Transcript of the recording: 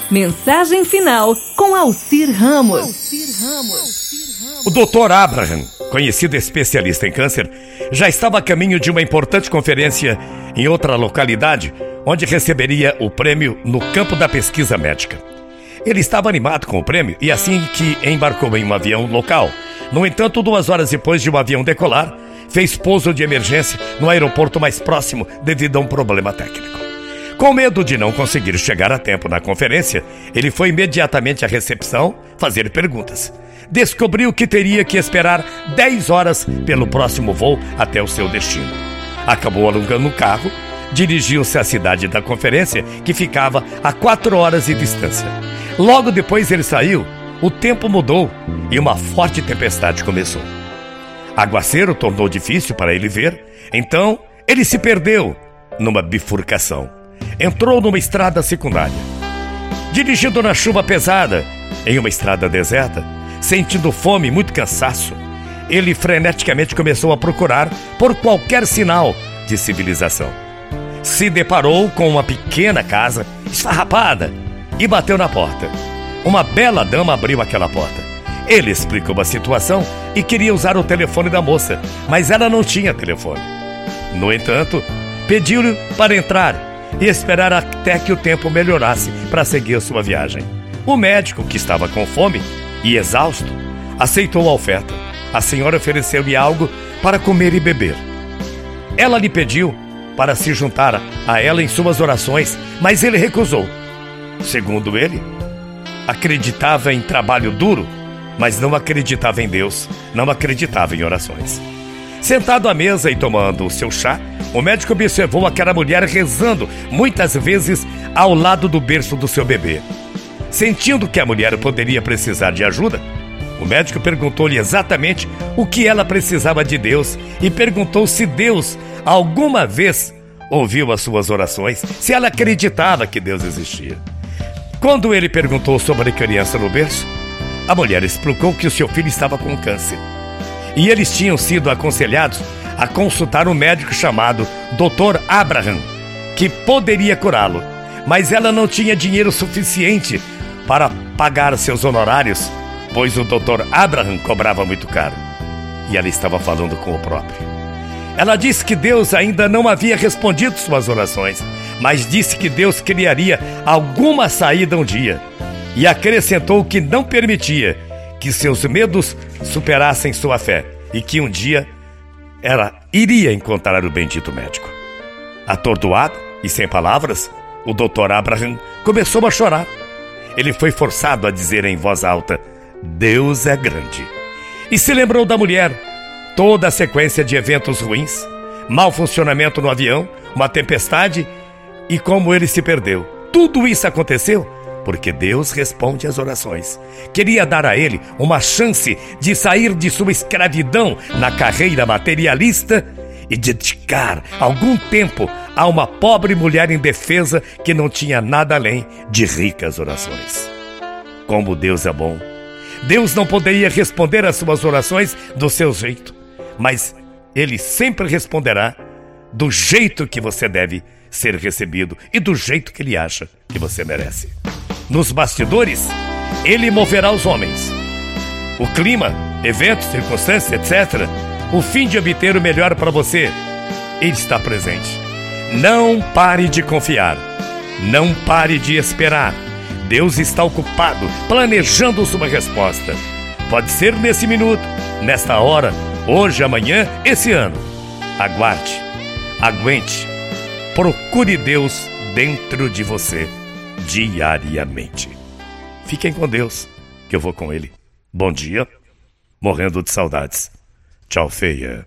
Mensagem final com Alcir Ramos. O Dr. Abraham, conhecido especialista em câncer, já estava a caminho de uma importante conferência em outra localidade, onde receberia o prêmio no campo da pesquisa médica. Ele estava animado com o prêmio e assim que embarcou em um avião local. No entanto, 2 horas depois de o avião decolar, fez pouso de emergência no aeroporto mais próximo devido a um problema técnico. Com medo de não conseguir chegar a tempo na conferência, ele foi imediatamente à recepção fazer perguntas. Descobriu que teria que esperar 10 horas pelo próximo voo até o seu destino. Acabou alugando um carro, dirigiu-se à cidade da conferência, que ficava a 4 horas de distância. Logo depois ele saiu, o tempo mudou e uma forte tempestade começou. Aguaceiro tornou difícil para ele ver, então ele se perdeu numa bifurcação. Entrou numa estrada secundária. Dirigindo na chuva pesada, em uma estrada deserta, sentindo fome e muito cansaço, ele freneticamente começou a procurar por qualquer sinal de civilização. Se deparou com uma pequena casa esfarrapada e bateu na porta. Uma bela dama abriu aquela porta. Ele explicou a situação e queria usar o telefone da moça, mas ela não tinha telefone. No entanto, pediu-lhe para entrar e esperar até que o tempo melhorasse para seguir sua viagem. O médico, que estava com fome e exausto, aceitou a oferta. A senhora ofereceu-lhe algo para comer e beber. Ela lhe pediu para se juntar a ela em suas orações, mas ele recusou. Segundo ele, acreditava em trabalho duro, mas não acreditava em Deus, não acreditava em orações. Sentado à mesa e tomando o seu chá, o médico observou aquela mulher rezando muitas vezes ao lado do berço do seu bebê. Sentindo que a mulher poderia precisar de ajuda, o médico perguntou-lhe exatamente o que ela precisava de Deus e perguntou se Deus alguma vez ouviu as suas orações, se ela acreditava que Deus existia. Quando ele perguntou sobre a criança no berço, a mulher explicou que o seu filho estava com câncer. E eles tinham sido aconselhados a consultar um médico chamado Dr. Abraham, que poderia curá-lo, mas ela não tinha dinheiro suficiente para pagar seus honorários, pois o Dr. Abraham cobrava muito caro. E ela estava falando com o próprio. Ela disse que Deus ainda não havia respondido suas orações, mas disse que Deus criaria alguma saída um dia. E acrescentou que não permitia que seus medos superassem sua fé e que um dia ela iria encontrar o bendito médico. Atordoado e sem palavras, o Dr. Abraham começou a chorar. Ele foi forçado a dizer em voz alta: Deus é grande. E se lembrou da mulher, toda a sequência de eventos ruins, mau funcionamento no avião, uma tempestade e como ele se perdeu. Tudo isso aconteceu porque Deus responde às orações. Queria dar a ele uma chance de sair de sua escravidão na carreira materialista e dedicar algum tempo a uma pobre mulher indefesa que não tinha nada além de ricas orações. Como Deus é bom! Deus não poderia responder às suas orações do seu jeito, mas Ele sempre responderá do jeito que você deve ser recebido e do jeito que Ele acha que você merece. Nos bastidores, Ele moverá os homens. O clima, eventos, circunstâncias, etc. O fim de obter o melhor para você, Ele está presente. Não pare de confiar. Não pare de esperar. Deus está ocupado, planejando sua resposta. Pode ser nesse minuto, nesta hora, hoje, amanhã, esse ano. Aguarde, aguente, procure Deus dentro de você diariamente. Fiquem com Deus, que eu vou com Ele. Bom dia, morrendo de saudades. Tchau, feia.